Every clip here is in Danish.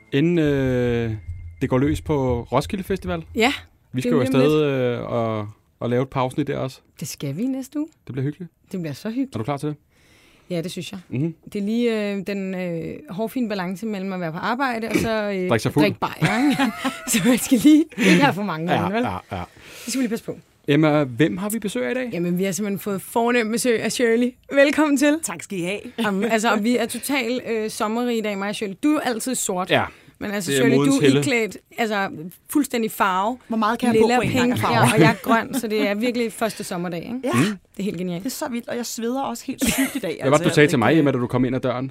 inden det går løs på Roskilde Festival. Ja. Vi skal jo afsted og lave et par afsnit der også. Det skal vi næste uge. Det bliver hyggeligt. Det bliver så hyggeligt. Er du klar til det? Ja, det synes jeg. Mm-hmm. Det er lige den hårfine balance mellem at være på arbejde og så drikke bajer. Så man skal lige ikke have for mange gange, vel? Ja. Det skal vi lige passe på. Emma, hvem har vi besøg af i dag? Jamen, vi har simpelthen fået fornemt besøg af Shirley. Velkommen til. Tak skal I have. Altså, vi er totalt sommerige i dag, mig og Shirley. Du er jo altid sort. Ja. Men altså, Shirley, du er iklædt fuldstændig farve. Hvor meget kan jeg på en gang af farve? Ja, og jeg er grøn, så det er virkelig første sommerdag. Ikke? Ja. Det er helt genialt. Det er så vildt, og jeg sveder også helt sygt i dag. Hvad var det, du sagde til mig, Emma, da du kom ind ad døren?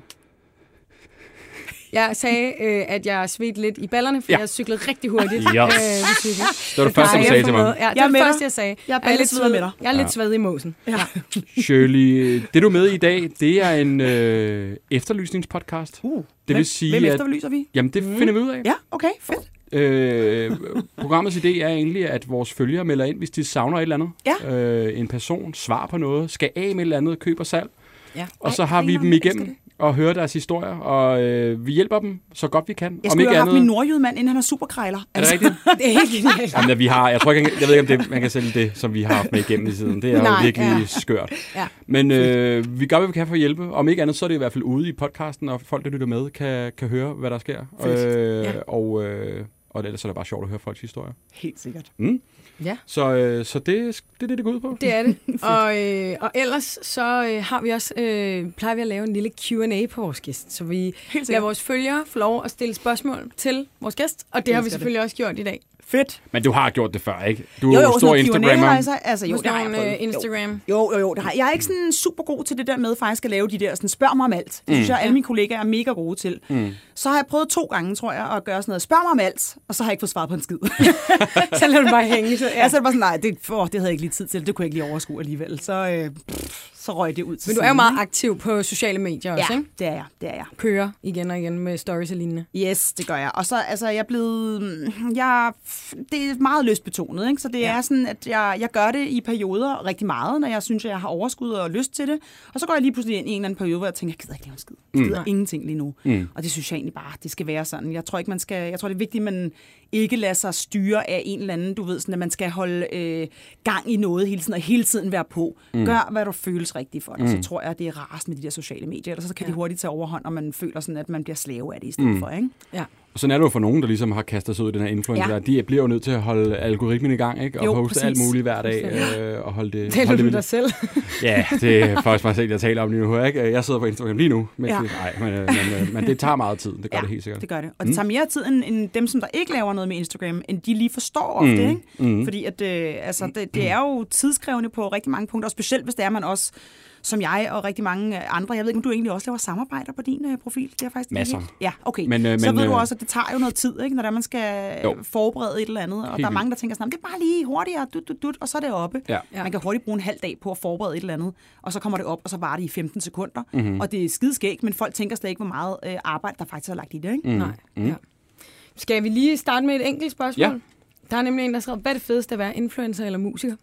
Jeg sagde, at jeg svedte lidt i ballerne, for jeg cyklede rigtig hurtigt. Yes. Det var det første, du sagde til mig. Ja, det var det første, jeg sagde. Jeg er lidt sveder med dig. Jeg er lidt svedig i måsen. Ja. Shirley, det du er med i dag, det er en efterlysningspodcast. Det vil sige, hvem efterlyser vi? Jamen, det finder vi ud af. Ja, okay, fedt. Programmets idé er egentlig, at vores følgere melder ind, hvis de savner et eller andet. Ja. En person, svar på noget, skal af med et eller andet, køb og salg. Ja. Og så har vi dem igennem og hører deres historier, og vi hjælper dem så godt vi kan. Jeg skulle have haft min nordjydemand, inden han har superkrejler. Er det rigtigt? Det er helt genialt. Jamen, jeg ved ikke, om man kan sælge det, som vi har haft med igennem i tiden. Det er jo virkelig skørt. Ja. Men vi gør, hvad vi kan for at hjælpe. Om ikke andet, så er det i hvert fald ude i podcasten, og folk, der lytter med, kan høre, hvad der sker. Og ellers er det bare sjovt at høre folks historier. Helt sikkert. Ja. Så det er det går ud på. Det er det. Og ellers så har vi også, plejer vi at lave en lille Q&A på vores gæst. Så vi lader vores følgere få lov at stille spørgsmål til vores gæst. Og det har vi selvfølgelig også gjort i dag. Fedt. Men du har gjort det før, ikke? Du er jo stor Instagrammer. Altså, jo, det har jeg prøvet. Instagram. Jo, det har jeg. Jeg er ikke sådan super god til det der med faktisk at lave de der sådan, spørg mig om alt. Det synes jeg, alle mine kollegaer er mega gode til. Så har jeg prøvet 2 gange, tror jeg, at gøre sådan noget, spørg mig om alt, og så har jeg ikke fået svaret på en skid. Så lader du bare hænge. Så er det bare sådan, nej, det havde jeg ikke lige tid til. Det kunne jeg ikke lige overskue alligevel. Så røg det ud til. Men du er jo meget aktiv på sociale medier også, ikke? det er jeg. Kører igen og igen med stories og lignende. Yes, det gør jeg. Og så altså, jeg er blevet... det er meget lystbetonet, ikke? Så det er sådan, at jeg gør det i perioder rigtig meget, når jeg synes, at jeg har overskud og lyst til det. Og så går jeg lige pludselig ind i en eller anden periode, hvor jeg tænker, jeg gider ikke lave en skid. Jeg gider ingenting lige nu. Og det synes jeg egentlig bare, det skal være sådan. Jeg tror, det er vigtigt, at man ikke lader sig styre af en eller anden, du ved, sådan, at man skal holde gang i noget hele tiden, og hele tiden være på. Gør, hvad du føles rigtigt for dig. Så tror jeg, at det er rarest med de der sociale medier. Ellers så kan de hurtigt tage overhånd, og man føler sådan, at man bliver slave af det i stedet for, ikke? Ja. Og sådan er det jo for nogen, der ligesom har kastet sig ud i den her influencer. Ja. De bliver jo nødt til at holde algoritmen i gang, ikke? Og poste alt muligt hver dag. Og holde det. Taler du dig selv? Ja, det er faktisk mig selv, jeg taler om lige nu. Ikke? Jeg sidder på Instagram lige nu. Men det tager meget tid. Det gør det helt sikkert. Det gør det. Og det tager mere tid end dem, som der ikke laver noget med Instagram, end de lige forstår ofte, ikke? Fordi at, det er jo tidskrævende på rigtig mange punkter, og specielt hvis det er man også, som jeg og rigtig mange andre. Jeg ved ikke, om du egentlig også laver samarbejder på din profil? Det er faktisk masser. Ja, okay. Så ved du også, at det tager jo noget tid, ikke? Når man skal forberede et eller andet. Og der er mange, der tænker sådan, det er bare lige hurtigere, og så er det oppe. Ja. Man kan hurtigt bruge en halv dag på at forberede et eller andet, og så kommer det op, og så varer det i 15 sekunder. Og det er skideskægt, men folk tænker slet ikke, hvor meget arbejde, der faktisk har lagt i det, ikke? Nej. Ja. Skal vi lige starte med et enkelt spørgsmål? Ja. Der er nemlig en, der skriver, hvad er det fedeste at være influencer eller musiker?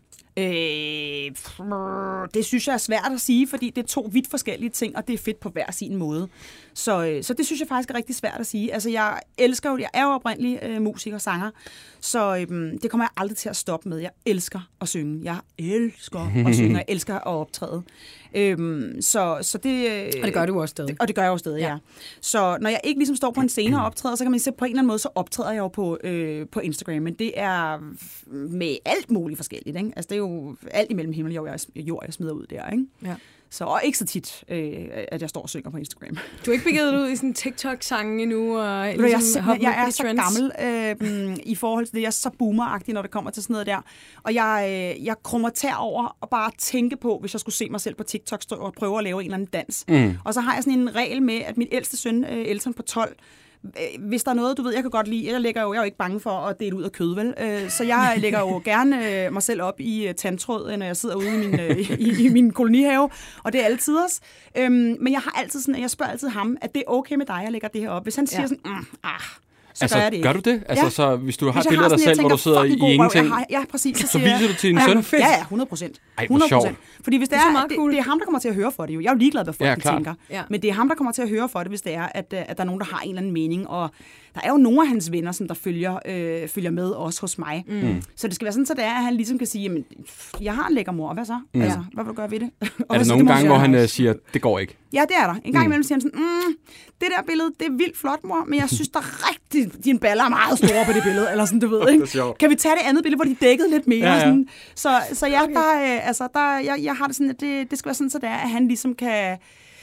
Det synes jeg er svært at sige, fordi det er 2 vidt forskellige ting, og det er fedt på hver sin måde. Så det synes jeg faktisk er rigtig svært at sige. Altså, jeg er jo oprindelig musiker og sanger, så det kommer jeg aldrig til at stoppe med. Jeg elsker at synge. Jeg elsker at optræde. Så det... Og det gør du også stadig. Og det gør jeg også stadig, ja. Så når jeg ikke ligesom står på en scene og optræder, så kan man se på en eller anden måde, så optræder jeg jo på Instagram. Men det er med alt muligt forskelligt, ikke? Altså, det er jo alt imellem himmel og jord, jeg smider ud der, ikke? Ja. Så og ikke så tit, at jeg står og synger på Instagram. Du har ikke begivet ud i sådan TikTok-sange endnu? Og ligesom jeg er så gammel i forhold til det. Jeg er så boomeragtig, når det kommer til sådan noget der. Og jeg krummer tær over og bare tænke på, hvis jeg skulle se mig selv på TikTok stå og prøve at lave en eller anden dans. Og så har jeg sådan en regel med, at min ældste søn, Elton på 12, hvis der er noget, du ved, jeg kan godt lide, jeg er jo ikke bange for at dele ud af kød, vel? Så jeg lægger jo gerne mig selv op i tandtråd, når jeg sidder ude i min kolonihave, og det er altid også. Men jeg har altid sådan, jeg spørger altid ham, at det er okay med dig, jeg lægger det her op. Hvis han siger sådan, så gør jeg det ikke. Gør du det? Altså, så hvis du har et billede af dig selv, hvor du sidder i ingenting, præcis, så viser du til din søn? Ja, 100%. Ej, hvor sjovt. Fordi hvis det er ham, der kommer til at høre for det jo. Jeg er jo ligeglad, hvad folk tænker. Ja. Men det er ham, der kommer til at høre for det, hvis det er, at der er nogen, der har en eller anden mening. Og der er jo nogle af hans venner, som der følger med også hos mig. Så det skal være sådan, så det er, at han ligesom kan sige, jamen, jeg har en lækker mor, hvad så? Altså, hvad vil du gøre ved det? Er der nogle gange, hvor han siger, det går ikke? Ja, det er der. En gang imellem siger han sådan, det der billede, det er vildt flot, mor, men jeg synes, der rigtig, dine baller er meget store på det billede, eller sådan, du ved, ikke? Kan vi tage det andet billede, hvor de dækkede lidt mere? Ja. Sådan. Så ja, okay. Jeg har det sådan, at det skal være sådan, så det er, at han ligesom kan...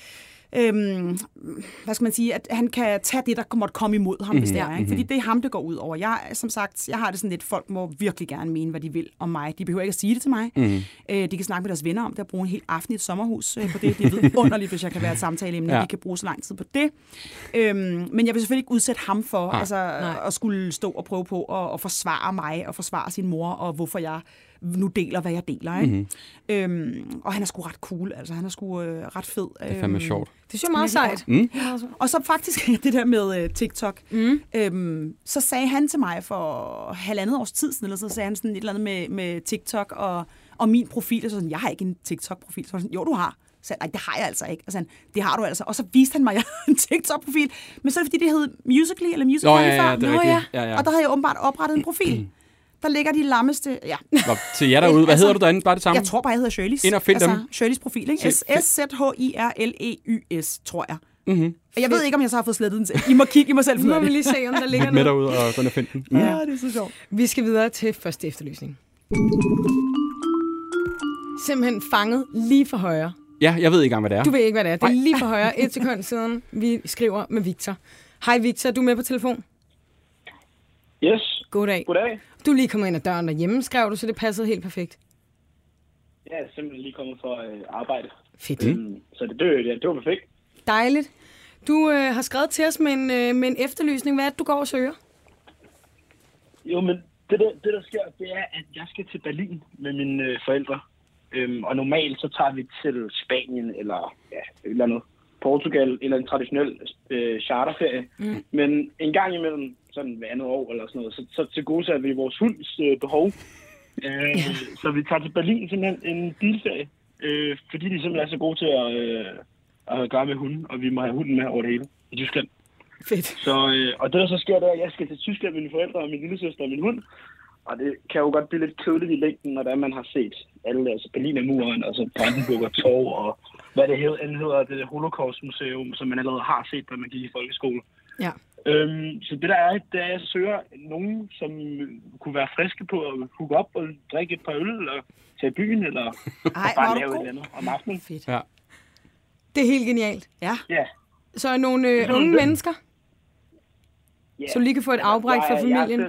hvad skal man sige, at han kan tage det, der måtte komme imod ham, hvis det er, ikke? Fordi det er ham, det går ud over. Jeg har det sådan lidt, folk må virkelig gerne mene, hvad de vil om mig. De behøver ikke at sige det til mig. De kan snakke med deres venner om det, og bruge en hel aften i et sommerhus på det. Det er underligt, hvis jeg kan være et samtaleemne, vi kan bruge så lang tid på det. Men jeg vil selvfølgelig ikke udsætte ham for at skulle stå og prøve på at forsvare mig, og forsvare sin mor, og hvorfor jeg nu deler, hvad jeg deler. Ikke? Og han er sgu ret cool, altså han er sgu ret fed. Det er fandme sjovt. Det er så meget sejt. Og så faktisk det der med TikTok. Så sagde han til mig for 1,5 års tid siden, eller så sagde han sådan et eller andet med TikTok og min profil. Og så sådan, jeg har ikke en TikTok-profil. Så sådan, jo, du har. Så nej, det har jeg altså ikke. Og så det har du altså. Og så viste han mig, at jeg havde en TikTok-profil. Men så er det, fordi det hed Musical.ly eller Musical.ly før. Ja. Og der havde jeg åbenbart oprettet en profil. Der ligger de lammeste... Ja. Til jer derude. Hvad hedder du derinde? Bare det samme? Jeg tror bare, jeg hedder Shirley's. Ind og find dem. Shirley's profil, ikke? SZHIRLEYS, tror jeg. Jeg ved ikke, om jeg så har fået slettet den. I må kigge, I må selv finde det. Nu må vi lige se, om der ligger noget. Med derude og gå og finde den. Ja, det er så sjovt. Vi skal videre til første efterlysning. Simpelthen fanget lige for højre. Ja, jeg ved ikke engang, hvad det er. Du ved ikke, hvad det er. Det er lige for højre. 1 sekund siden, vi skriver med Victor. Hej Victor, du er med på telefon? Yes. Goddag. Du er lige kommet ind ad døren derhjemme, skrev du, så det passede helt perfekt. Ja, jeg er simpelthen lige kommet for arbejde. Fedt. Så det var perfekt. Dejligt. Du har skrevet til os med en efterlysning. Hvad er det, du går og søger? Jo, men det der sker, det er, at jeg skal til Berlin med mine forældre. Og normalt så tager vi til Spanien eller eller noget. Portugal eller en traditionel charterferie. Men en gang imellem, sådan hver andet år eller sådan noget, så tilgodeser vi vores hunds behov. Så vi tager til Berlin simpelthen en bilferie, fordi de simpelthen er så gode til at gøre med hunden, og vi må have hunden med over det hele i Tyskland. Fedt. Så, og det der så sker, det er, at jeg skal til Tyskland med mine forældre og min lillesøster og min hund. Og det kan jo godt blive lidt kedeligt i længden, når man har set alle, altså Berlinermuren, altså Brandenburger Tor og hvad det hedder, det Holocaust-museum, som man allerede har set, da man gik i folkeskole. Ja. Så det der er, det er, at jeg søger nogen, som kunne være friske på at hooke op og drikke et par øl, eller tage i byen, eller bare lave et eller andet om aftenen. Fedt. Ja. Det er helt genialt. Ja. Så er nogle unge mennesker, så lige kan få et afbræk for familien.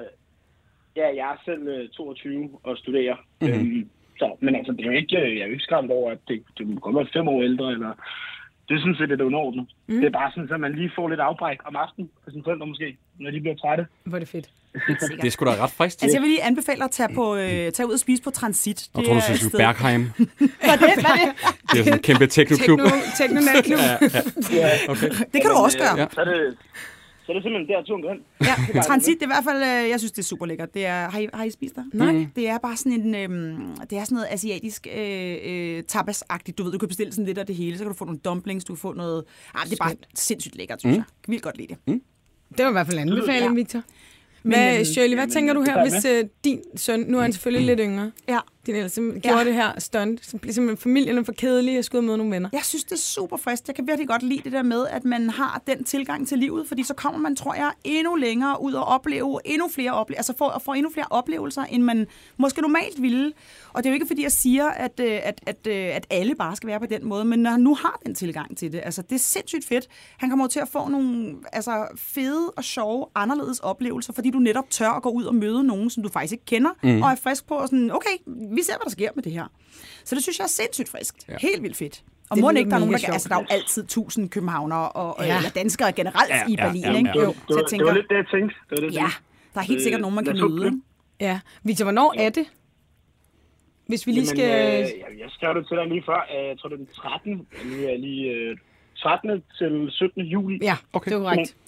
Jeg er selv 22 og studerer. Men altså, det er jo ikke, jeg er jo ikke skræmt over, at det kommer være 5 år ældre, eller det er sådan set, at det er underordnet. Det er bare sådan, at man lige får lidt afbræk om aftenen for sine forældre måske, når de bliver trætte. Hvor er det fedt. Det er sgu da ret frisk. Altså, jeg vil lige anbefale at tage ud og spise på Transit. Jeg tror, du synes, Bergheim. Hvad er det? Det er sådan en kæmpe teknoklub. Tekno-natklub. Ja. Okay. Det kan du også gøre. Ja. Så er det simpelthen der, turen går hen. Ja, Transit, det er i hvert fald, jeg synes, det er super lækkert. Det er, har I spist der? Nej. Det er bare sådan det er sådan noget asiatisk tapas-agtigt. Du ved, du kan bestille sådan lidt af det hele. Så kan du få nogle dumplings, du kan få noget... det er bare sindssygt lækkert, synes jeg. Jeg vil godt lide det. Det var i hvert fald en anbefaling, Victor. Men Shirley, hvad tænker du her, hvis din søn, nu er han selvfølgelig lidt yngre, din ældste, gjorde det her stunt, så bliver simpelthen familien for kedelig at skulle møde nogle venner? Jeg synes, det er super frisk. Jeg kan virkelig godt lide det der med, at man har den tilgang til livet, fordi så kommer man, tror jeg, endnu længere ud og opleve endnu flere oplevelser, altså får endnu flere oplevelser, end man måske normalt ville. Og det er jo ikke, fordi jeg siger, at alle bare skal være på den måde, men når han nu har den tilgang til det, altså det er sindssygt fedt. Han kommer til at få nogle fede og sjove, anderledes oplevelser, fordi du netop tør at gå ud og møde nogen, som du faktisk ikke kender, og er frisk på, og sådan, okay, vi ser, hvad der sker med det her. Så det synes jeg er sindssygt friskt. Ja. Helt vildt fedt. Og må ikke, der er nogen, der altså, der er jo altid 1000 københavnere eller danskere generelt i Berlin, ikke? Jo. Det var lidt det, jeg tænkte. Der er helt sikkert nogen, man kan møde. Ja. Victor, hvornår er det? Hvis vi lige skal... Jeg skrev det til dig lige før. Jeg tror, det er den 13. 13. til 17. juli. Ja, okay. Det er korrekt. Ja.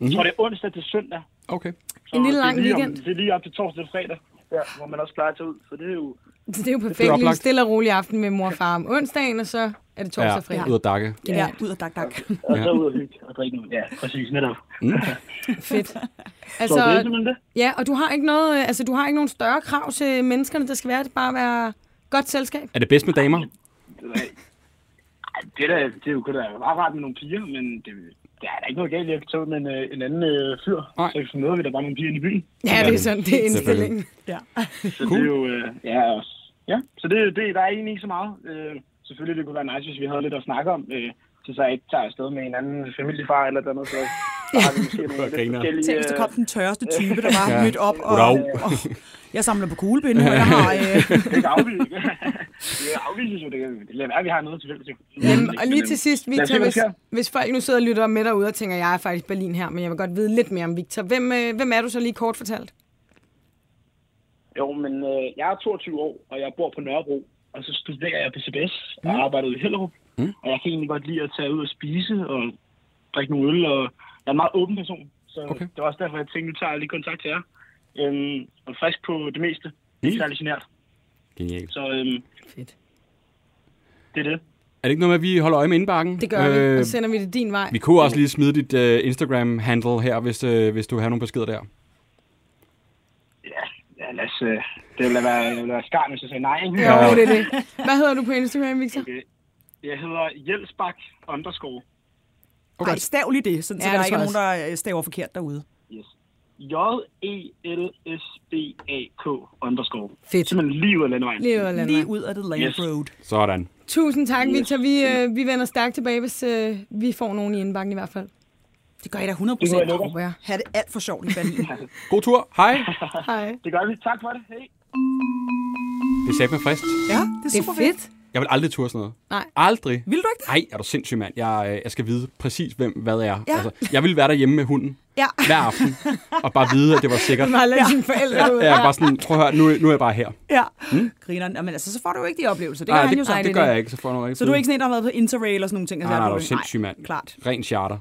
Jeg tror, det er onsdag til søndag. Okay. Så en lille lang weekend. Det er lige op til torsdag og fredag, hvor man også plejer at tage ud. Så det er jo... Det er jo perfekt. Det er en stille og rolig aften med mor og far om onsdagen, og så er det torsdag og fredag. Ud at dakke. Ja, ud at dakke. Og så ud at hygge og drikke noget. Ja, præcis, netop. Fedt. Altså, så det er simpelthen det. Ja, og du har ikke nogen større krav til menneskerne, der skal være. Det bare at være godt selskab. Er det bedst med damer? Det er jo kun meget rart med nogle piger, men det er da ikke noget galt, jeg kan tage med en anden fyr. Så møder vi da bare nogle piger i byen. Ja, det er sådan, det er indstillingen. Ja. Så det er jo, så det, der er egentlig ikke så meget. Selvfølgelig, det kunne være nice, hvis vi havde lidt at snakke om, så jeg ikke tager afsted med en anden familiefar eller noget, så har vi måske nogle forskellige... Tænk, hvis der kom den tørreste type, der var mødt op, og jeg samler på kuglepinde, og jeg har... Det afvises jo, det lader være, at vi har noget til fælles. Jamen, og lige til sidst, Victor, hvis folk nu sidder og lytter med derude og tænker, jeg er faktisk Berlin her, men jeg vil godt vide lidt mere om Victor. Hvem er du så lige kort fortalt? Jo, men jeg er 22 år, og jeg bor på Nørrebro, og så studerer jeg på CBS og arbejder i Hellerup. Og jeg kan egentlig godt lide at tage ud og spise og drikke nogle øl, og jeg er en meget åben person. Så det var også derfor, jeg tænkte, nu tager jeg lige kontakt til jer. Og frisk på det meste. Ikke særlig genert. Genialt. Så fedt. Det er det. Er det ikke noget med, at vi holder øje med indbakken? Det gør vi, og sender vi det din vej. Vi kunne også lige smide dit Instagram-handle her, hvis du har nogle beskeder der. Ja, lad os... Det ville være skarn, hvis jeg sagde nej. Ikke? Jo, det er det. Hvad hedder du på Instagram, Victor? Okay. Jeg hedder Jelsbak _. Okay. Ej, stav lige det, sådan, så der ikke er nogen, der staver forkert derude. Yes. JELSBAK _. Fedt. Simpelthen lige ud af landevejen. Lige ud af the land road. Sådan. Tusind tak, Victor. Vi vender stærkt tilbage, hvis vi får nogen i indbakken i hvert fald. Det gør I da 100%. Ha' det alt for sjovt i Berlin. God tur. Hej. Hej. Det gør vi. Tak for det. Hej. Det sagde mig frist. Ja, det er super fedt. Jeg vil aldrig turde sådan noget. Nej. Aldrig. Vil du ikke det? Nej, er du sindssyg, mand. Jeg skal vide præcis, hvad er. Ja. Altså, jeg vil være derhjemme med hunden hver aften, og bare vide, at det var sikkert. Man har ladet sine forældre ud. Ja, bare sådan, prøv at høre, nu er jeg bare her. Ja. Grineren. Men altså, så får du jo ikke de oplevelser. Det gør han jo så. Det gør jeg ikke. Så får jeg ikke. Så du er ikke sådan en, der har været på Interrail og sådan nogle ting? Nej, du er sindssyg, mand. Klart. Ren charter.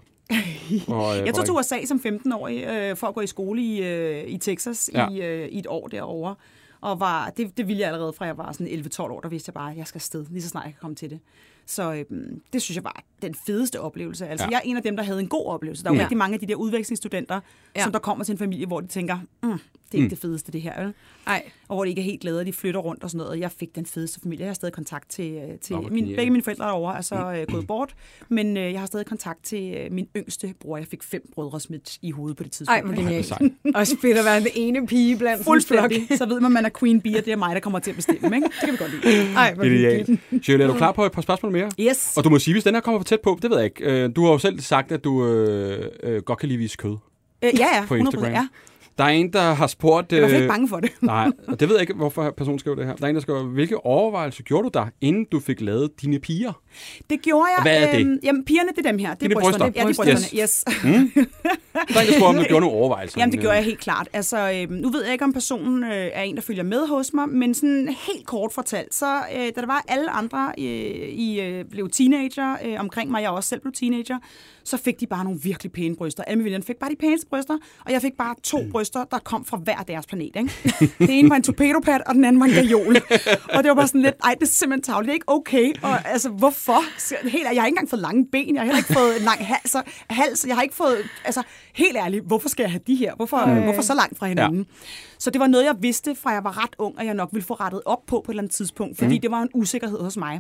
Jeg tog til USA som 15-årig for at gå i skole i Texas i et år derovre. Og det ville jeg allerede fra jeg var sådan 11-12 år, der vidste jeg bare, at jeg skal afsted, lige så snart jeg kan komme til det. Så det synes jeg var den fedeste oplevelse. Altså, jeg er en af dem, der havde en god oplevelse. Der er jo rigtig mange af de der udvekslingsstudenter, som der kommer til en familie, hvor de tænker, det er ikke det fedeste, det her. Nej. Og hvor de ikke er helt glade, og de flytter rundt og sådan noget. Jeg fik den fedeste familie. Jeg har stadig kontakt til begge mine forældre derovre, er så gået bort. Men jeg har stadig kontakt til min yngste bror. Jeg fik 5 brødre smidt i hovedet på det tidspunkt. Ej, hvor genialt. Også fedt at være den ene pige blandt fuldstændig. Så ved man er queen bee, og det er mig, der kommer til at bestemme. Ikke? Det kan vi godt lide. Ej, hvor hyggeligt. Shirley, er du klar på et par spørgsmål mere? Yes. Og du må sige, hvis den her kommer for tæt på, det ved jeg ikke. Du har jo selv sagt, at du godt kan lide vise kød. Ja, på Instagram. 100%, ja. Der er en, der har spurgt... Jeg er ikke bange for det. Nej, og det ved jeg ikke, hvorfor personen skriver det her. Der er en, der skriver, hvilke overvejelser gjorde du der, inden du fik lavet dine piger? Det gjorde jeg. Og hvad er det? Jamen, pigerne, det er dem her. Det er brysterne. Ja, det er brysterne. Yes. Der er en, der spurgte, om du gjorde nogle overvejelser. Jamen, det gjorde jeg helt klart. Altså, nu ved jeg ikke, om personen er en, der følger med hos mig, men sådan helt kort fortalt, så da der var alle andre, blev teenager omkring mig, jeg også selv blev teenager, så fik de bare nogle virkelig pæne bryster. Alle mine venner fik bare de pæneste bryster, og jeg fik bare 2 bryster, der kom fra hver deres planet. Ikke? Det ene var en torpedopad, og den anden var en gajol. Og det var bare sådan lidt, det er simpelthen tavligt, det er ikke okay. Og altså, hvorfor? Jeg har ikke engang fået lange ben, jeg har heller ikke fået en lang hals. Jeg har ikke fået, altså helt ærligt, hvorfor skal jeg have de her? Hvorfor så langt fra hinanden? Ja. Så det var noget, jeg vidste, fra jeg var ret ung, og jeg nok ville få rettet op på et eller andet tidspunkt, fordi det var en usikkerhed hos mig.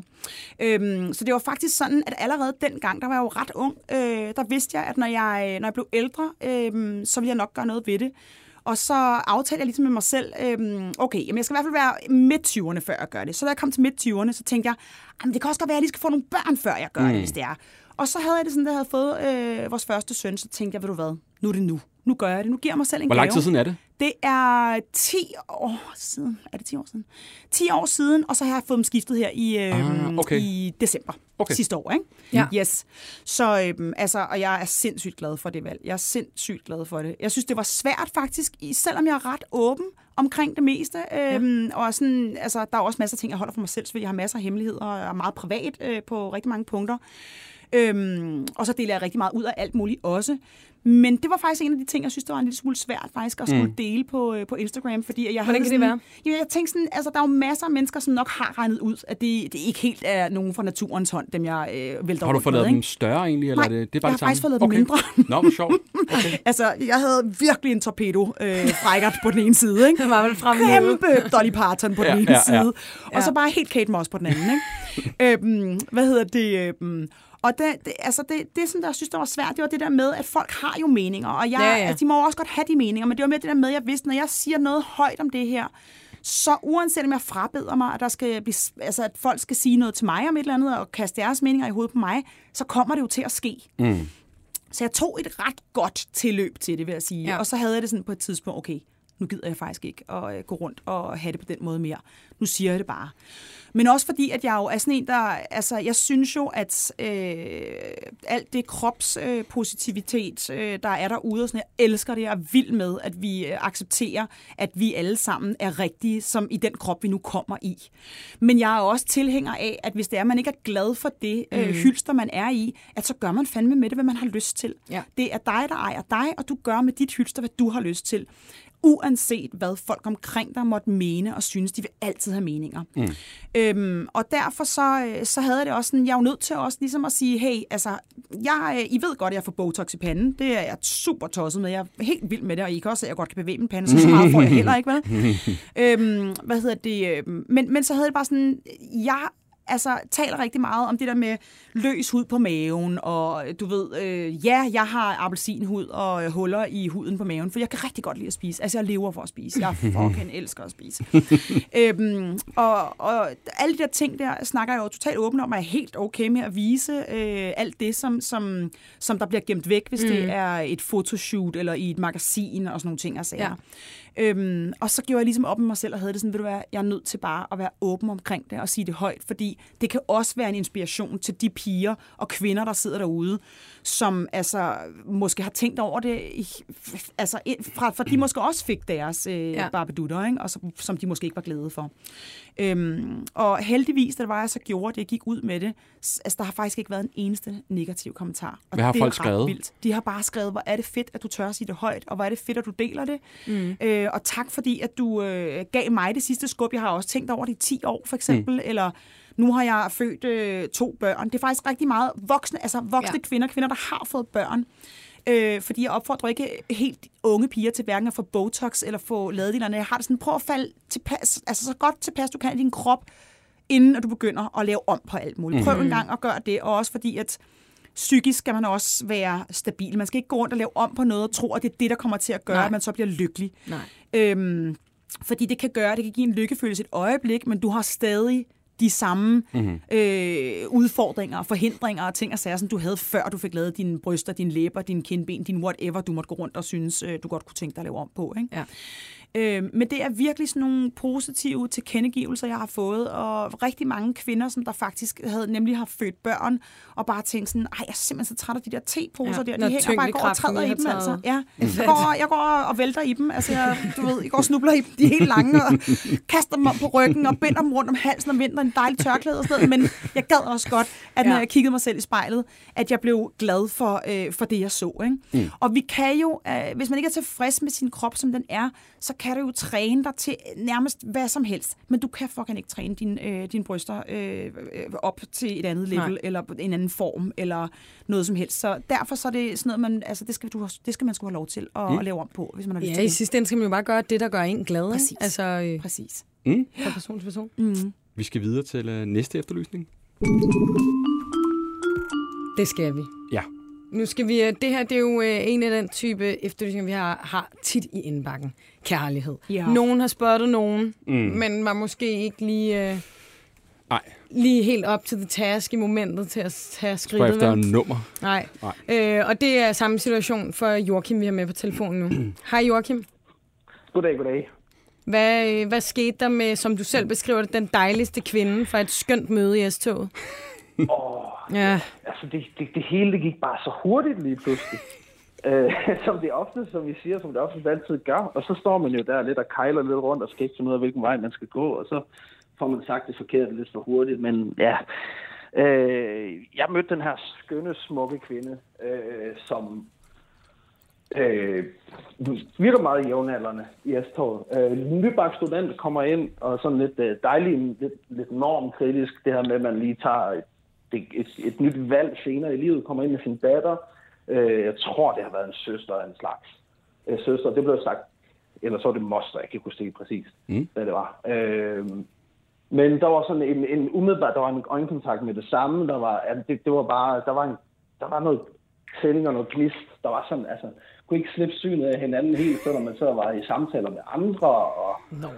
Så det var faktisk sådan, at allerede dengang, der var jeg jo ret ung, der vidste jeg, at når jeg blev ældre, så ville jeg nok gøre noget ved det. Og så aftalte jeg ligesom med mig selv, okay, jamen jeg skal i hvert fald være midt-20'erne, før jeg gør det. Så da jeg kom til midt-20'erne, så tænkte jeg, det kan også godt være, at jeg lige skal få nogle børn, før jeg gør det, hvis det er. Og så havde jeg det sådan, da jeg havde fået vores første søn, så tænkte jeg, ved du hvad, nu er det nu. Nu gør jeg det. Nu giver jeg mig selv en gave. Hvor lang tid siden er det? Det er 10 år siden. Er det 10 år siden? 10 år siden, og så har jeg fået dem skiftet her i december sidste år, ikke? Ja. Yes. Så og jeg er sindssygt glad for det valg. Jeg er sindssygt glad for det. Jeg synes, det var svært faktisk, selvom jeg er ret åben omkring det meste. Og sådan, altså, der er også masser af ting, jeg holder for mig selv, så jeg har masser af hemmeligheder og er meget privat på rigtig mange punkter. Og så deler jeg rigtig meget ud af alt muligt også. Men det var faktisk en af de ting, jeg synes, det var en lille smule svært faktisk at skulle dele på Instagram, fordi jeg Hvordan kan det være? Jeg tænkte sådan, altså der er jo masser af mennesker, som nok har regnet ud, at det ikke helt er nogen fra naturens hånd, dem jeg vælter. Har du fået lavet dem større egentlig, eller Nej, det er bare jeg har faktisk fået lavet dem mindre. Nå, hvor sjovt. Okay. Altså, jeg havde virkelig en torpedo frækkert på den ene side, ikke? Det var vel frem kæmpe Dolly Parton på den ene side, og så bare helt Kate Moss på den anden, ikke? Og det som jeg synes, der var svært, det var det der med, at folk har jo meninger, og altså, de må også godt have de meninger, men det var mere det der med, at jeg vidste, når jeg siger noget højt om det her, så uanset om jeg frabeder mig, at der skal blive, altså, at folk skal sige noget til mig om et eller andet, og kaste deres meninger i hovedet på mig, så kommer det jo til at ske. Så jeg tog et ret godt tilløb til det, vil jeg sige. Ja. Og så havde jeg det sådan på et tidspunkt, okay, nu gider jeg faktisk ikke at gå rundt og have det på den måde mere. Nu siger jeg det bare. Men også fordi, at jeg jo er sådan en, der... Altså, jeg synes jo, at alt det kropspositivitet, der er derude, og sådan, jeg elsker det, jeg er vild med, at vi accepterer, at vi alle sammen er rigtige, som i den krop, vi nu kommer i. Men jeg er også tilhænger af, at hvis det er, man ikke er glad for det hylster, man er i, at så gør man fandme med det, hvad man har lyst til. Ja. Det er dig, der ejer dig, og du gør med dit hylster, hvad du har lyst til. Uanset hvad folk omkring dig måtte mene og synes, de vil altid have meninger. Og derfor så havde jeg det også sådan, jeg er jo nødt til også ligesom at sige, hey, altså, I ved godt, at jeg får Botox i panden. Det er jeg super tosset med. Jeg er helt vild med det, og I kan også se, at jeg godt kan bevæge min pande, så meget får jeg heller ikke, vel? Men så havde det bare sådan, jeg taler rigtig meget om det der med løs hud på maven, og du ved, jeg har appelsinhud og huller i huden på maven, for jeg kan rigtig godt lide at spise. Altså, jeg lever for at spise. Jeg fucking elsker at spise. Og alle de der ting der, snakker jeg jo totalt åbent om, at jeg er helt okay med at vise alt det, som der bliver gemt væk, hvis det er et fotoshoot, eller i et magasin, og sådan nogle ting, jeg siger. Ja. Og så gjorde jeg ligesom op med mig selv og havde det sådan, ved du hvad, jeg er nødt til bare at være åben omkring det og sige det højt, fordi det kan også være en inspiration til de piger og kvinder, der sidder derude, som altså måske har tænkt over det, altså for de måske også fik deres barbedutter, ikke? Og som de måske ikke var glade for. Og heldigvis, da det var, jeg så gjorde det, jeg gik ud med det, altså der har faktisk ikke været en eneste negativ kommentar. Og hvad har folk skrevet? Vildt. De har bare skrevet, hvor er det fedt, at du tør at sige det højt, og hvor er det fedt, at du deler det. Og tak fordi, at du gav mig det sidste skub. Jeg har også tænkt over det i 10 år, for eksempel, eller nu har jeg født 2 børn. Det er faktisk rigtig meget voksne kvinder, der har fået børn. Fordi jeg opfordrer ikke helt unge piger til hverken at få Botox eller få lavet det. Jeg har det sådan, prøv at falde tilpas, altså så godt tilpas du kan i din krop, inden at du begynder at lave om på alt muligt. Prøv en gang at gøre det, og også fordi, at psykisk skal man også være stabil. Man skal ikke gå rundt og lave om på noget og tro, at det er det, der kommer til at gøre, at man så bliver lykkelig. Fordi det kan give en lykkefølelse et øjeblik, men du har stadig de samme udfordringer og forhindringer og ting og sager, som du havde før du fik lavet dine bryster, dine læber, dine kindben, din whatever, du måtte gå rundt og synes, du godt kunne tænke dig at lave om på. Ikke? Ja. Men det er virkelig sådan nogle positive tilkendegivelser, jeg har fået, og rigtig mange kvinder, som der faktisk nemlig har født børn, og bare tænkt sådan, jeg er simpelthen så træt af de der teposer der, de hænger bare, går og træder i dem, altså. Ja. Jeg går og vælter i dem, altså jeg går og snubler i dem, de er helt lange, og kaster dem op på ryggen, og binder dem rundt om halsen om vinteren, en dejlig tørklæde og sådan noget, men jeg gad også godt, at når jeg kiggede mig selv i spejlet, at jeg blev glad for det, jeg så. Ikke? Og vi kan jo, hvis man ikke er tilfreds med sin krop, som den er, så kan du jo træne dig til nærmest hvad som helst. Men du kan fucking ikke træne dine bryster op til et andet level, eller en anden form, eller noget som helst. Så derfor så er det sådan noget, det skal man sgu have lov til at lave om på, hvis man har lyst til det. Ja, i sidste ende skal man jo bare gøre det, der gør en glad. Præcis. Altså, præcis. Fra person til person. Vi skal videre til næste efterlysning. Det skal vi. Ja. Nu skal vi, det her det er jo en af den type efterlysninger, vi har tit i indbakken. Kærlighed. Ja. Nogen har spottet nogen, men var måske ikke lige helt op til det task i momentet til at tage skridtet. Spørg efter en nummer. Nej. Og det er samme situation for Joachim, vi har med på telefonen nu. Hej Joachim. Goddag. Hvad skete der med, som du selv beskriver det, den dejligste kvinde fra et skønt møde i S-toget? Ja. Altså det hele gik bare så hurtigt lige pludselig. Som det ofte, som vi siger, som det ofte altid gør. Og så står man jo der lidt og kejler lidt rundt og skal ikke finde ud af, hvilken vej man skal gå. Og så får man sagt det forkert lidt for hurtigt. Men ja, Jeg mødte den her skønne, smukke kvinde, som virker meget jævnaldrende i S-toget. Nybagt student kommer ind og sådan lidt dejlig, lidt normkritisk, det her med, at man lige tager et nyt valg senere i livet, kommer ind med sin datter. Jeg tror, det har været en søster af en slags. Søster, det blev sagt, eller så var det moster, jeg kan ikke huske det præcis, hvad det var. Men der var sådan en umiddelbart, der var en øjenkontakt med det samme. Der var, det var bare, der var noget tænding og noget gnist. Der var sådan, altså, kunne ikke slippe synet af hinanden helt, selvom man så var i samtaler med andre. Og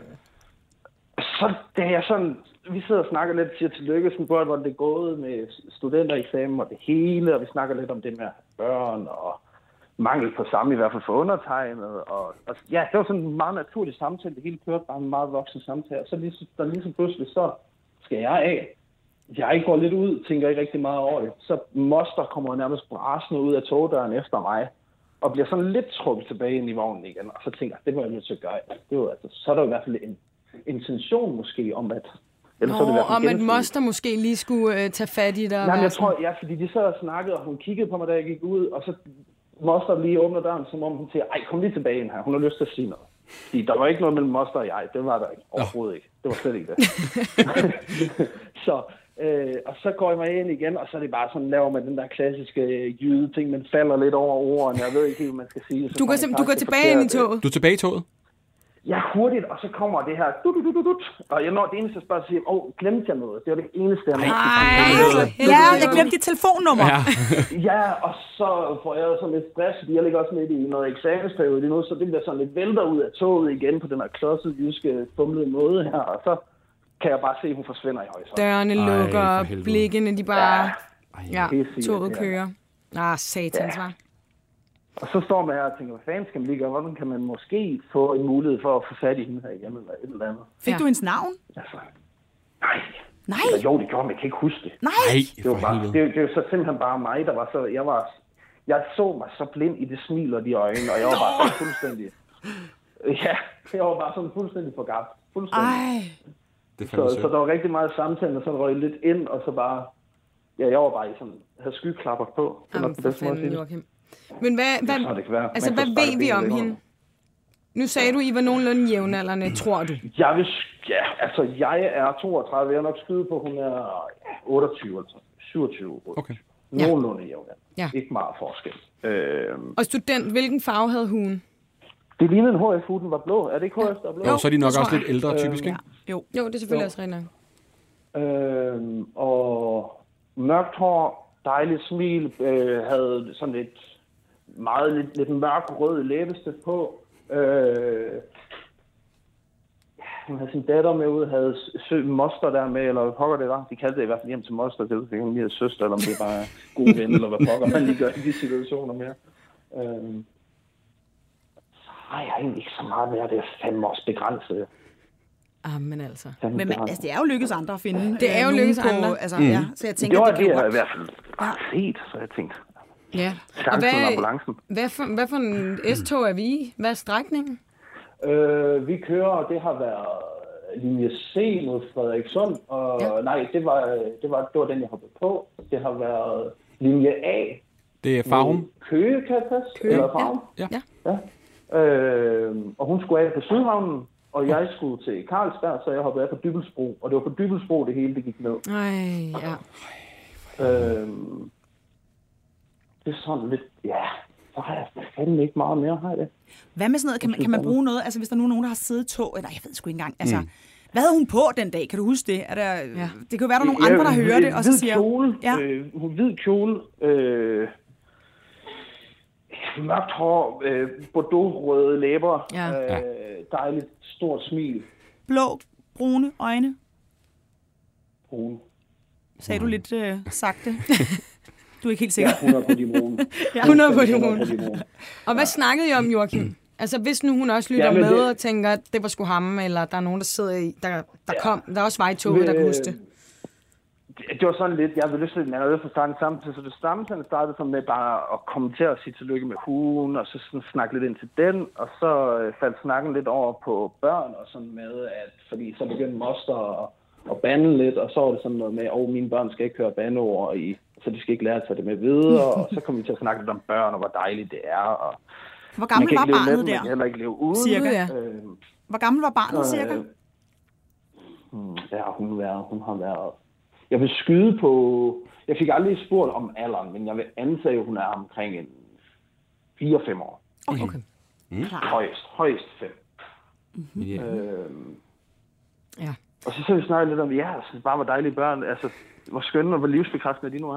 så det er sådan, vi sidder og snakker lidt, siger tillykke, sådan godt, hvor det er gået med studentereksamen og det hele, og vi snakker lidt om det med børn og mangel på samme, i hvert fald for undertegnet. Og ja, det var sådan en meget naturlig samtale. Det hele kørte bare en meget voksen samtale. Og så lige pludselig, så skal jeg af. Jeg går lidt ud, tænker ikke rigtig meget over det. Så moster kommer nærmest brasende ud af togdøren efter mig, og bliver sådan lidt trukket tilbage ind i vognen igen. Og så tænker jeg, det var jeg nødt til at gøre. Det var, altså, så er der i hvert fald en intention måske om, at... om at moster måske lige skulle tage fat i dig. Nej, men jeg tror, fordi de sad og snakkede, og hun kiggede på mig, da jeg gik ud, og så moster lige åbner døren, som om hun siger, ej, kom lige tilbage ind her. Hun har lyst til at sige noget. Fordi der var ikke noget mellem moster og jeg. Det var der ikke. Overhovedet ikke. Det var slet ikke det. Så, og så går jeg mig ind igen, og så er det bare sådan, laver man den der klassiske jyde-ting, man falder lidt over ordene. Jeg ved ikke helt, hvad man skal sige. Så du går tilbage ind i toget? Du er tilbage i toget? Ja, hurtigt, og så kommer det her og jeg når det eneste spørgsmål og siger, glemte jeg noget? Det var det eneste, jeg jeg glemte dit telefonnummer. Ja, og så får jeg sådan lidt stress, fordi jeg ligger også midt i noget eksamensperiode lige nu, så det bliver sådan lidt vælter ud af toget igen på den her klodsede, jyske, fumlede måde her, og så kan jeg bare se, at hun forsvinder i horisonten. Dørene lukker, blikkene, de bare... toget kører. Satans, var. Og så står man her og tænker, hvad fanden skal man lige gøre? Hvordan kan man måske få en mulighed for at få fat i hende her igen, eller et eller andet? Fik du hendes navn? Altså, nej. Eller, jo, det gjorde, men jeg kan ikke huske det. Nej. Det var bare, det er så simpelthen bare mig, der var så... Jeg så mig så blind i det smil og de øjne, og jeg var bare så fuldstændig... Ja, jeg var bare sådan fuldstændig forgabt. Så der var rigtig meget samtale, og så røg lidt ind, og så bare... Ja, jeg var bare i sådan... Havde skyklapper på. Jamen, for fanden, Joachim. Men hvad ved vi om hende? Nu sagde du, I var nogenlunde jævnaldrende, tror du? Jeg er 32. Jeg er nok skyde på, hun er 28 eller 27. Okay. Nogenlunde jævnaldrende. Ja. Ikke meget forskel. Og student, hvilken farve havde hun? Det lignede en HF, den var blå. Er det ikke HF, der er blå? Jo, så er de nok også lidt ældre, typisk, ikke? Jo, det er selvfølgelig også rent nok. Og mørkt hår, dejligt smil, havde sådan lidt mørk rød læbestift på. Hun havde sin datter med ud, havde moster der med, eller hvad pokker det var. De kaldte det i hvert fald hjem til moster, det var ikke lige søster, eller om det er bare gode ven, eller hvad pokker man lige gør i de situationer mere. Jeg har egentlig ikke så meget mere, det er fandme også begrænset. Men altså. Men altså, det er jo lykkedes andre at finde. Det er jo lykkedes andre. Altså, så jeg tænker, det var det, jeg i hvert fald set, så jeg tænkte. Ja. Og hvad for en S-tog er vi i? Hvad er strækningen? Vi kører, det har været linje C mod Frederikssund, og nej, det var den, jeg hoppede på. Det har været linje A. Det er Farum. Køge, kan jeg passe? Eller Farum? Ja. Og hun skulle af på Sydhavnen, og jeg skulle til Carlsberg, så jeg hoppede af på Dybelsbro, og det var på Dybelsbro, det hele det gik ned. Det er sådan lidt, så har jeg fandme ikke meget mere, har jeg det. Hvad med sådan noget? Kan man bruge noget? Altså, hvis der nu er nogen, der har siddet i tog, eller jeg ved sgu ikke engang. Altså, hvad havde hun på den dag? Kan du huske det? Det kan jo være, der er nogle andre, der hører det, og så siger... Hvid kjole, mørkt hår, bordeaux-røde læber, dejligt stort smil. Blå, brune øjne. Brune. Sagde du lidt sagte? Du er ikke helt sikker. Ja, 100 på de brune. 100 på de brune. Og hvad snakkede I om, Joachim? Altså, hvis nu hun også lytter med og tænker, at det var sgu ham, eller der er nogen, der sidder i, der også var i toget, der kunne huske det. Det var sådan lidt, jeg havde lyst til, at man havde for starten samtidig, så det samtidig startede sådan med bare at kommentere og sige tillykke med hunden, og så sådan snakke lidt ind til den, og så faldt snakken lidt over på børn og sådan med, at fordi så begyndte moster at bande lidt, og så var det sådan noget med, mine børn skal ikke høre bandeord, så de skal ikke lære at tage det med videre, og så kom vi til at snakke lidt om børn, og hvor dejligt det er. Og hvor gammel var barnet der? Man kan heller ikke leve uden. Cirka, ja. Hvor gammel var barnet cirka? Hun har været... Jeg vil skyde på... Jeg fik aldrig spurgt om alderen, men jeg vil antage, at hun er omkring en 4-5 år. Okay. Højst 5. Ja. Og så vi snakket lidt om, det bare var dejlige børn. Altså, hvor skønne og hvor livsbekræftende de nu er.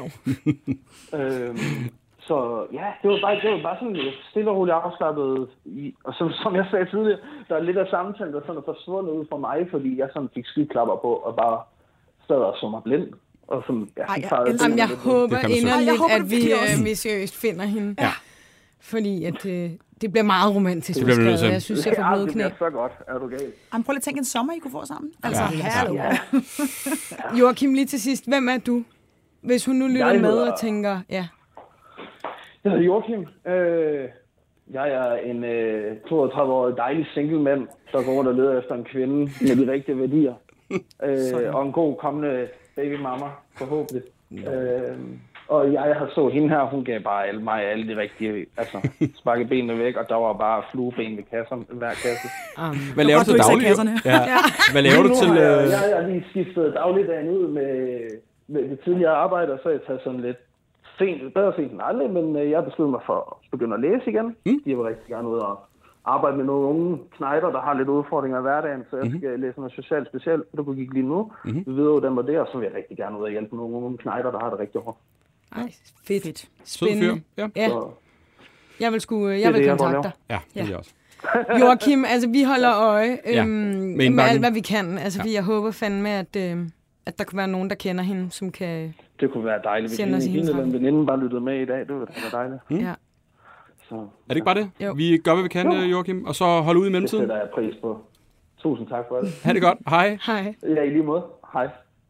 Så ja, det var bare sådan stille og roligt afslappet. Og som jeg sagde tidligere, der er lidt af samtalen, der sådan er forsvundet ud fra mig, fordi jeg sådan fik skyklapper på og bare sad og så mig blind. Og sådan, jeg håber inderligt, at vi seriøst finder hende. Ja. Fordi at det bliver meget romantisk. Det bliver jeg synes, jeg får bløde knæ. Det bliver så godt. Er du galt? Prøv lige at tænke en sommer, I kunne få sammen. Altså, Joachim, lige til sidst. Hvem er du? Hvis hun nu lytter med og tænker, ja. Jeg hedder Joachim. Jeg er en 32-årig dejlig single mand, der går rundt og leder efter en kvinde med de rigtige værdier. Og en god kommende babymamma, forhåbentlig. Og jeg har så hende her, hun gav bare alle de rigtige, altså sparke benene væk, og der var bare flueben ved hver kasse. Hvad laver du til daglig? Hvad laver du til... Jeg har lige skiftet dagligdagen ud med det tidligere arbejde, og så er jeg taget sådan lidt bedre sent end aldrig, men jeg besluttede mig for at begynde at læse igen. Jeg vil rigtig gerne ud og arbejde med nogle unge knejder, der har lidt udfordringer i hverdagen, så jeg skal læse noget socialt specielt, pædagogik lige nu. Vi ved jo, den var der, og så vil jeg rigtig gerne ud og hjælpe nogle unge knejder, der har det rigtig hårdt. Ej, fedt. Spændende. Ja. Jeg vil kontakte dig. Ja, det vil jeg også. Joachim, altså vi holder øje med alt, hvad vi kan. Altså, jeg håber fandme, at der kunne være nogen, der kender hende, som kan... Det kunne være dejligt, hvis hende eller en veninde bare lyttede med i dag. Det ville være dejligt. Ja. Så, er det ikke bare det? Jo. Vi gør, hvad vi kan, Joachim, og så hold ud i mellemtiden. Det sætter jeg pris på. Tusind tak for det. Ha' det godt. Hej. Hej. Ja, i lige måde. Hej.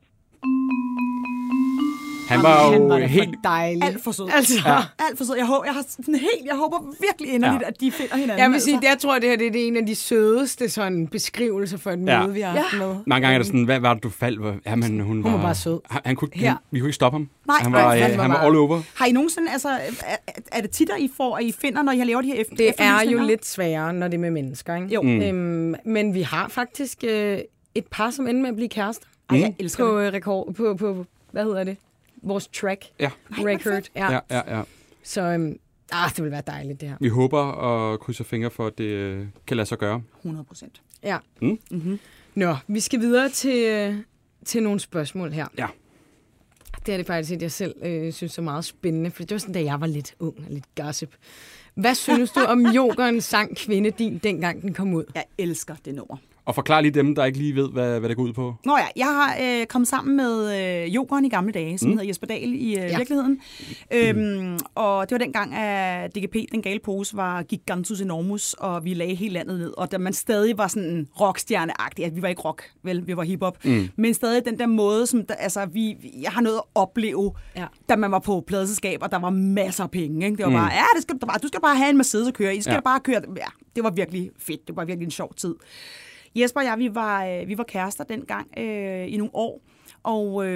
Han var helt dejlig. Alt for sød. Altså, alt for sød. Jeg håber virkelig inderligt, at de finder hinanden. Jeg vil sige, jeg tror, det her det er en af de sødeste sådan, beskrivelser for et møde, vi har haft med. Mange gange er det sådan, hvad var det, du faldt? Jamen, hun var bare sød. Vi kunne ikke stoppe ham. Nej, han var all over. Har I nogensinde, altså, er det tit, at I finder, når I har lavet de her Det er jo lidt sværere, når det er med mennesker, ikke? Jo. Men vi har faktisk et par, som ender med at blive kærester. Jeg elsker på rekord, på hvad hedder det? Vores track record. Ja. Så det vil være dejligt, det her. Vi håber og krydser fingre for, at det kan lade sig gøre. 100%. Ja. Nå, vi skal videre til nogle spørgsmål her. Ja. Det er det faktisk, at jeg selv synes er meget spændende, for det var sådan, da jeg var lidt ung og lidt gossip. Hvad synes du om Jokeren sang Kvinde Din, dengang den kom ud? Jeg elsker det nummer. Og forklar lige dem, der ikke lige ved, hvad det går ud på. Nå ja, jeg har kommet sammen med Jokeren i gamle dage, som hedder Jesper Dahl i virkeligheden. Og det var dengang, at DGP, Den Gale Pose, var gigantus enormus, og vi lagde hele landet ned. Og da man stadig var sådan rockstjerneagtig, at vi var ikke rock, vel, vi var hiphop, men stadig den der måde, som jeg har noget at opleve, da man var på pladeselskab, og der var masser af penge. Ikke? Det var bare, du skal bare have en Mercedes at køre i, du skal bare køre. Ja, det var virkelig fedt, det var virkelig en sjov tid. Jesper og jeg, vi var kærester dengang i nogle år, og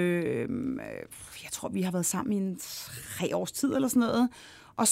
jeg tror, vi har været sammen i 3 års tid eller sådan noget. Og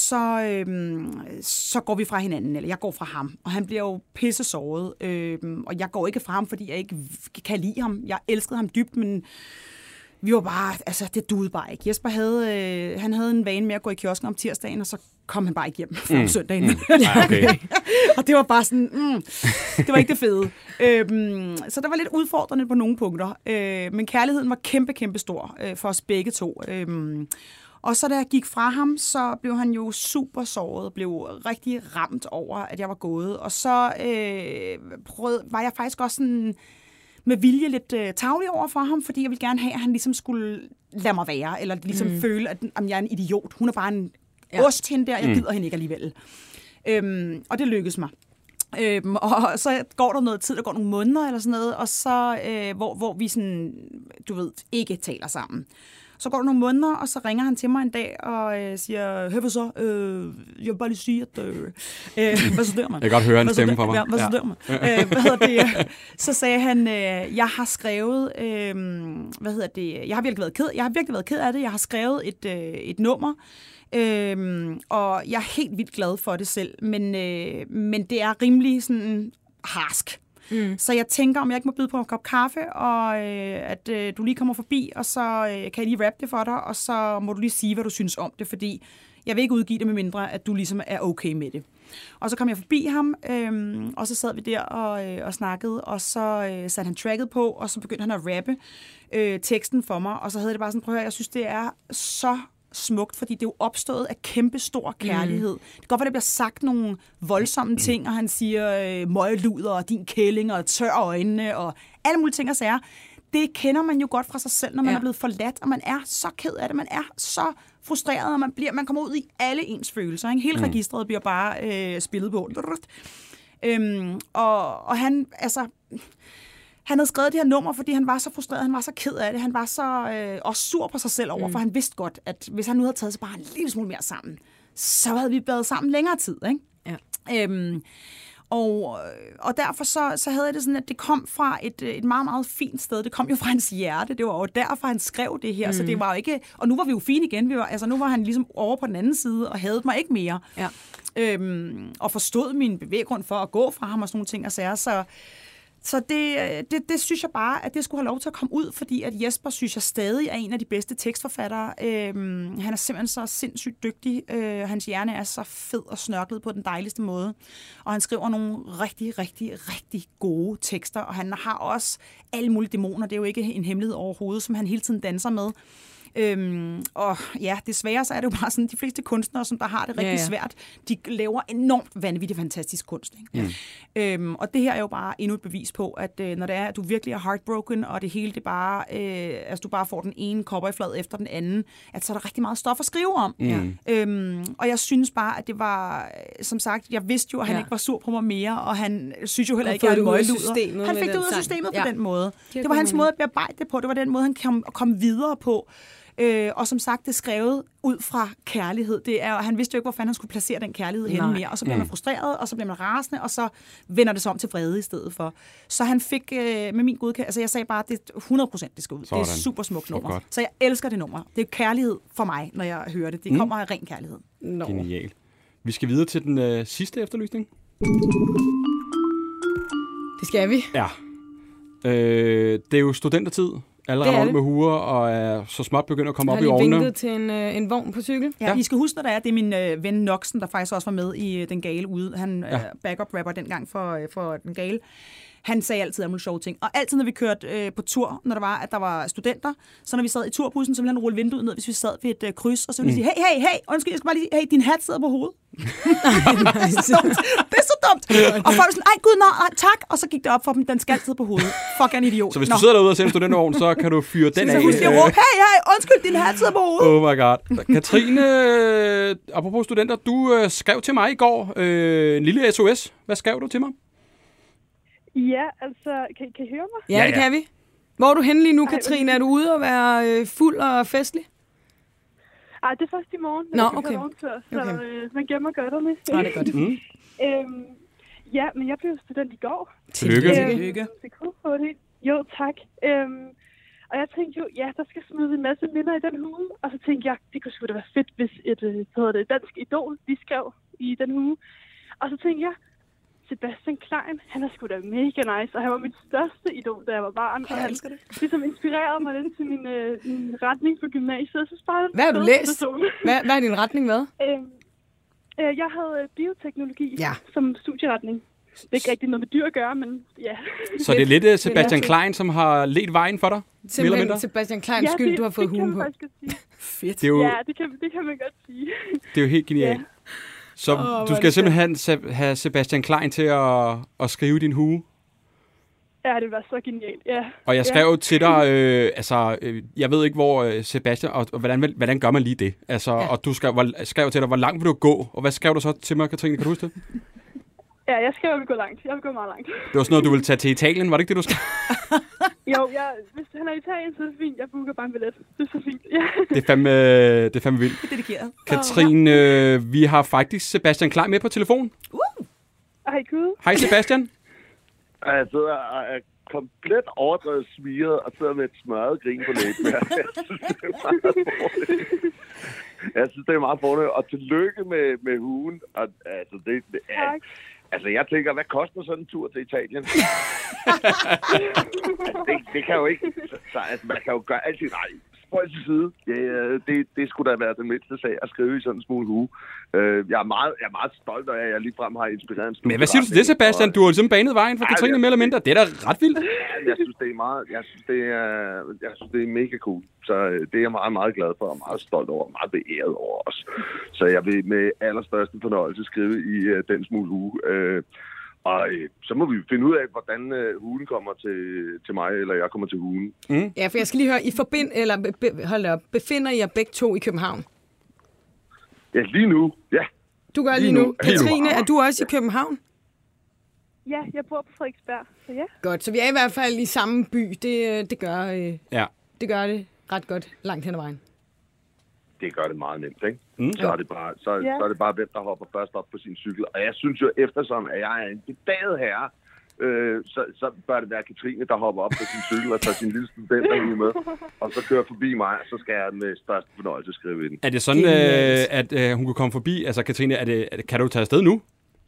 så går vi fra hinanden, eller jeg går fra ham, og han bliver jo pisse såret. Og jeg går ikke fra ham, fordi jeg ikke kan lide ham. Jeg elskede ham dybt, men vi var bare, altså det duede bare ikke. Jesper havde en vane med at gå i kiosken om tirsdagen, og så kom han bare ikke hjem om søndagen. Okay. Og det var bare sådan, det var ikke det fede. Så der var lidt udfordrende på nogle punkter. Men kærligheden var kæmpe, kæmpe stor for os begge to. Og så da jeg gik fra ham, så blev han jo super såret, blev rigtig ramt over, at jeg var gået. Og så var jeg faktisk også sådan med vilje lidt tarvelig over for ham, fordi jeg ville gerne have, at han ligesom skulle lade mig være, eller ligesom føle, at jeg er en idiot. Hun er bare en ost hende der, jeg gider hende ikke alligevel. Og det lykkedes mig. Og så går der noget tid, der går nogle måneder eller sådan noget, og så hvor vi sådan, du ved, ikke taler sammen. Så går der nogle måneder, og så ringer han til mig en dag og siger, hør hvad så, jeg vil bare lige sige, at hvad så dør man? Jeg kan godt høre en stemme fra mig. Ja, hvad så dør man? Hvad hedder det? Så sagde han, jeg har skrevet, jeg har virkelig været ked af det. Jeg har skrevet et nummer, og jeg er helt vildt glad for det selv, men det er rimelig sådan harsk. Så jeg tænker, om jeg ikke må byde på en kop kaffe, og at du lige kommer forbi, og så kan jeg lige rappe det for dig, og så må du lige sige, hvad du synes om det, fordi jeg vil ikke udgive det, med mindre at du ligesom er okay med det. Og så kom jeg forbi ham, og så sad vi der og snakkede, og så satte han tracket på, og så begyndte han at rappe teksten for mig, og så havde det bare sådan, prøv at høre, jeg synes, det er så smukt, fordi det er jo opstået af kæmpe stor kærlighed. Det kan godt være, der bliver sagt nogle voldsomme ting, og han siger møgluder og din kælling og tør øjnene og alle mulige ting og sager. Det kender man jo godt fra sig selv, når man er blevet forladt, og man er så ked af det, man er så frustreret, og man kommer ud i alle ens følelser. Ikke? Hele registret bliver bare spillet på. Og han, altså... Han havde skrevet det her nummer, fordi han var så frustreret, han var så ked af det, han var så også sur på sig selv over, for han vidste godt, at hvis han nu havde taget sig bare en lille smule mere sammen, så havde vi været sammen længere tid. Ikke? Ja. Og derfor så havde jeg det sådan, at det kom fra et meget, meget fint sted. Det kom jo fra hans hjerte. Det var jo derfor, han skrev det her. Så det var jo ikke... Og nu var vi jo fine igen. Nu var han ligesom over på den anden side og havde mig ikke mere. Ja. Og forstod min bevæggrund for at gå fra ham og sådan nogle ting og sager. Så det synes jeg bare, at det skulle have lov til at komme ud, fordi at Jesper, synes jeg, stadig er en af de bedste tekstforfattere. Han er simpelthen så sindssygt dygtig. Hans hjerne er så fed og snørklet på den dejligste måde. Og han skriver nogle rigtig, rigtig, rigtig gode tekster, og han har også alle mulige dæmoner. Det er jo ikke en hemmelighed overhovedet, som han hele tiden danser med. Og ja, desværre så er det jo bare sådan, de fleste kunstnere, som der har det rigtig svært, de laver enormt vanvittigt fantastisk kunst. Ikke? Og det her er jo bare endnu et bevis på, at når det er, at du virkelig er heartbroken, og det hele det bare, altså du bare får den ene cowboyflad efter den anden, at så er der rigtig meget stof at skrive om. Og jeg synes bare, at det var, som sagt, jeg vidste jo, at han ikke var sur på mig mere, og han synes jo heller ikke, at jeg møgluder. Han fik det ud af systemet på den måde. Det var hans måde at bearbejde det på, det var den måde, han kom videre på. Og som sagt, det er skrevet ud fra kærlighed. Han vidste jo ikke, hvor fanden han skulle placere den kærlighed henne mere. Og så bliver man frustreret, og så bliver man rasende, og så vender det sig om til vrede i stedet for. Så han fik med min godkendelse, altså jeg sagde bare, at det er 100% det skal ud. Sådan. Det er et super smukt nummer. Godt. Så jeg elsker det nummer. Det er kærlighed for mig, når jeg hører det. Det kommer af ren kærlighed. Genial. Vi skal videre til den sidste efterlysning. Det skal vi. Ja. Det er jo studentertid. Alle rundt med huer og er så småt begynder at komme op i ovnene. Jeg har lige vinket til en vogn på cykel. Ja, I skal huske, når det er min ven Noxen, der faktisk også var med i Den Gale ude. Han backup-rapper dengang for Den Gale. Han sagde altid alle mulige sjove ting. Og altid, når vi kørte på tur, når der var studenter, så når vi sad i turbussen, så ville han rulle vinduet ned, hvis vi sad ved et kryds, og så ville de sige, hey, undskyld, jeg skal bare lige sige, hey, din hat sidder på hovedet. Det er så dumt. Og folk var sådan, gud, nej, tak. Og så gik det op for dem, den skal sidde på hovedet. Fuck, en idiot. Så hvis du sidder derude og ser en studentervogn, så kan du fyre den af. Så husk at råbe, hey, undskyld, din hat sidder på hovedet. Oh my god. Katrine, apropos studenter, du skrev til mig i går en lille SOS. Hvad skrev du til mig? Ja, altså, kan I høre mig? Ja, det kan vi. Hvor er du henne lige nu, Katrine? Er du ude og være fuld og festlig? Ej, det er først i morgen. Nå, okay. Så man gemmer godterne. Nå, det er godt. Ja, men jeg blev student i går. Tillykke. Jo, tak. Og jeg tænkte jo, der skal smide en masse minder i den hue. Og så tænkte jeg, det kunne sgu da være fedt, hvis et dansk idol, de skrev i den hue. Og så tænkte jeg, Sebastian Klein, han er sgu da mega nice, og han var mit største idol, da jeg var barn. Og han ligesom inspirerede mig lidt til min retning på gymnasiet. Så hvad har du læst? Hvad er din retning, hvad? Jeg havde bioteknologi som studieretning. Det er ikke rigtig noget med dyr at gøre, men ja. Så det er lidt Sebastian Klein, som har ledt vejen for dig? Simpelthen Sebastian Kleins skyld, du har fået hugen på. Fedt. Det kan man godt sige. Det er jo helt genialt. Så du skal simpelthen have Sebastian Klein til at skrive din hue? Ja, det var så genialt, ja. Og jeg skrev til dig, jeg ved ikke, hvor Sebastian, og hvordan gør man lige det? Altså, og du skrev til dig, hvor langt vil du gå? Og hvad skrev du så til mig, Katrine? Kan du huske det? Ja, jeg skrev, at jeg vil gå langt. Jeg vil gå meget langt. Det var sådan noget, du ville tage til Italien, var det ikke det, du skrev? Jo, hvis han er i Italien, så er det fint. Jeg booker bare en billet. Det er så fint. Ja. Det er fandme vildt. Det er dedikeret. Katrine, vi har faktisk Sebastian Klein med på telefon. Hej, Gud. Hej, Sebastian. Jeg sidder og er komplet overdrevet smiret og sidder med et smørret grin på læben. Jeg synes, det er meget fornemt. Og tillykke med huen. Og, altså, det er... Altså, jeg tænker, hvad koster sådan en tur til Italien? det kan jo ikke... Altså, man kan jo gøre altid... Nej, spøj til side. Det skulle da være den mindste sag at skrive i sådan en smule hue. Jeg er meget stolt af, at jeg ligefrem har inspireret en studie. Men hvad siger du til det, Sebastian? Du har ligesom banet vejen for Katrine mere eller mindre. Det er da ret vildt. Jeg synes, det er meget... Jeg synes, det er mega cool. Så det er jeg meget, meget glad for og meget stolt over og meget beæret over os. Så jeg vil med allerstørste fornøjelse skrive i den smule hue. Og så må vi finde ud af, hvordan hulen kommer til mig, eller jeg kommer til hulen. Mm. Ja, for jeg skal lige høre, befinder I jer begge to i København? Ja, lige nu, ja. Du gør lige nu. Katrine, er du også i København? Ja, jeg bor på Frederiksberg, så ja. Godt, så vi er i hvert fald i samme by. Det gør det ret godt langt hen ad vejen. Det gør det meget nemt, ikke? Mm. Så er det bare hvem, der hopper først op på sin cykel. Og jeg synes jo, eftersom at jeg er en bedaget herre, så bør det være Katrine, der hopper op på sin cykel og tager sin lille studenterhue med, og så kører forbi mig, så skal jeg med største fornøjelse skrive i den. Er det sådan, at hun kunne komme forbi? Altså, Katrine, kan du tage afsted nu?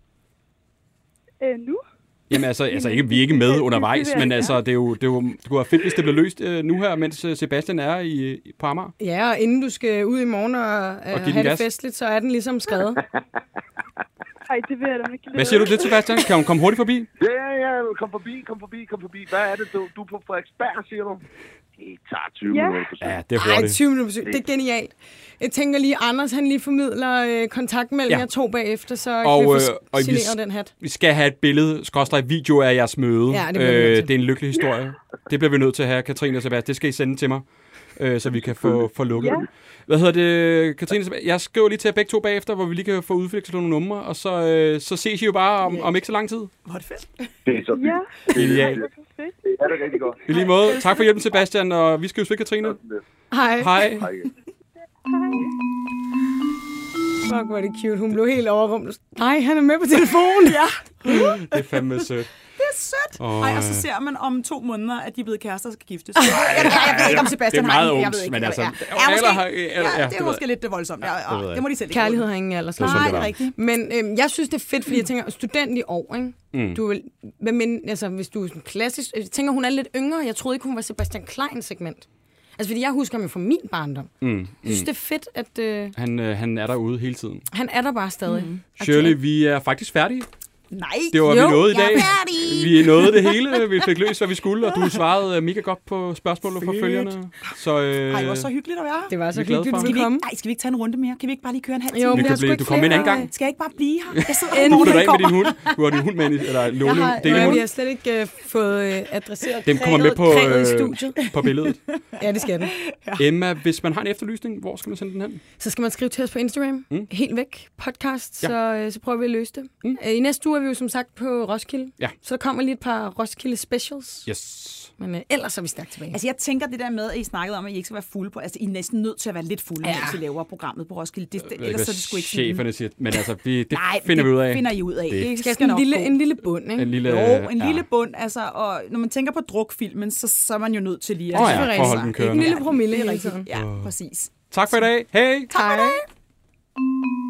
Nu? Jamen altså ikke, vi er ikke med undervejs, men altså, det kunne være fedt, hvis det bliver løst nu her, mens Sebastian er på Amager. Ja, og inden du skal ud i morgen og have det festligt, så er den ligesom skrevet. Ej, det vil jeg da ikke. Hvad siger du det, Sebastian? Kan hun komme hurtigt forbi? Ja, kom forbi. Hvad er det, du er på Frederiksberg, siger du? Det tager 20 minutter på Ja, det er hurtigt. 20 minutter på det er genialt. Jeg tænker lige, Anders han lige formidler kontakt mellem jer to bagefter, så kan vi få signeret den hat. Vi skal have et billede, video af jeres møde. Ja, det er en lykkelig historie. Det bliver vi nødt til at have, Katrine og Sebastian. Det skal I sende til mig, så vi kan få lukket det. Hvad hedder det, Katrine? Jeg skriver lige til jer begge to bagefter, hvor vi lige kan få udflekset nogle numre, og så ses I jo bare om ikke så lang tid. Hvor er det fedt. Det er så fint. Ja. Ideal. Det er det rigtig godt. I lige måde. Tak for hjælpen, Sebastian, og vi skal jo svige, Katrine. Hej. Hej. Fuck, hvor er det cute. Hun blev helt overrumlet. Nej, han er med på telefonen. Ja. Det er fandme sødt. Det er sødt. Og så ser man om 2 måneder, at de er blevet kærester og skal giftes. Jeg ved ikke, om Sebastian har en. Jeg ved ikke, men altså... det er måske lidt voldsomt. Det må de selv ikke. Kærlighed har ingen alder. Nej, det er rigtigt. Men jeg synes, det er fedt, fordi jeg tænker, student i år, ikke? Du vil, hvis du er sådan klassisk... Jeg tænker, hun er lidt yngre. Jeg troede ikke, hun var Sebastian Klein-segment. Altså, fordi jeg husker ham fra min barndom. Jeg synes, det er fedt, at... Han er derude hele tiden. Han er der bare stadig. Shirley, vi er faktisk færdige. Nej, det var vi nåede i dag. Vi nåede det hele. Vi fik løst, hvad vi skulle, og du svarede mega godt på spørgsmålene fra følgerne. Så, det var så hyggeligt at være her. Det var så hyggeligt, at komme. Nej, skal vi ikke tage en runde mere? Kan vi ikke bare lige køre en halv time? Jo, du kommer ind en anden gang. Skal jeg ikke bare blive her? Jeg sidder du flytter af med din hund. Du har din hund med, eller Lone. Vi har slet ikke fået adresseret den kommer med på billedet. Ja, det skal den. Emma, hvis man har en efterlysning, hvor skal man sende den hen? Så skal man skrive til os på Instagram. Helt væk. Podcast, så prøver vi at løse det. I næste uge er vi jo som sagt på Roskilde. Ja. Så der kommer lige et par Roskilde specials. Yes. Men ellers er vi stærkt tilbage. Altså jeg tænker det der med, at I snakkede om, at I ikke skal være fulde på. Altså I er næsten nødt til at være lidt fulde, hvis I laver programmet på Roskilde. Ellers så er det sgu ikke sådan. Cheferne siger, men altså det finder vi ud af. Det finder I ud af. Det skal en lille bund, ikke? En lille bund, altså, og når man tænker på drukfilmen, så er man jo nødt til lige at for at holde den kørende. En lille promille hele tiden. Ja, præcis. Tak for i dag. Hej. Tak for i dag.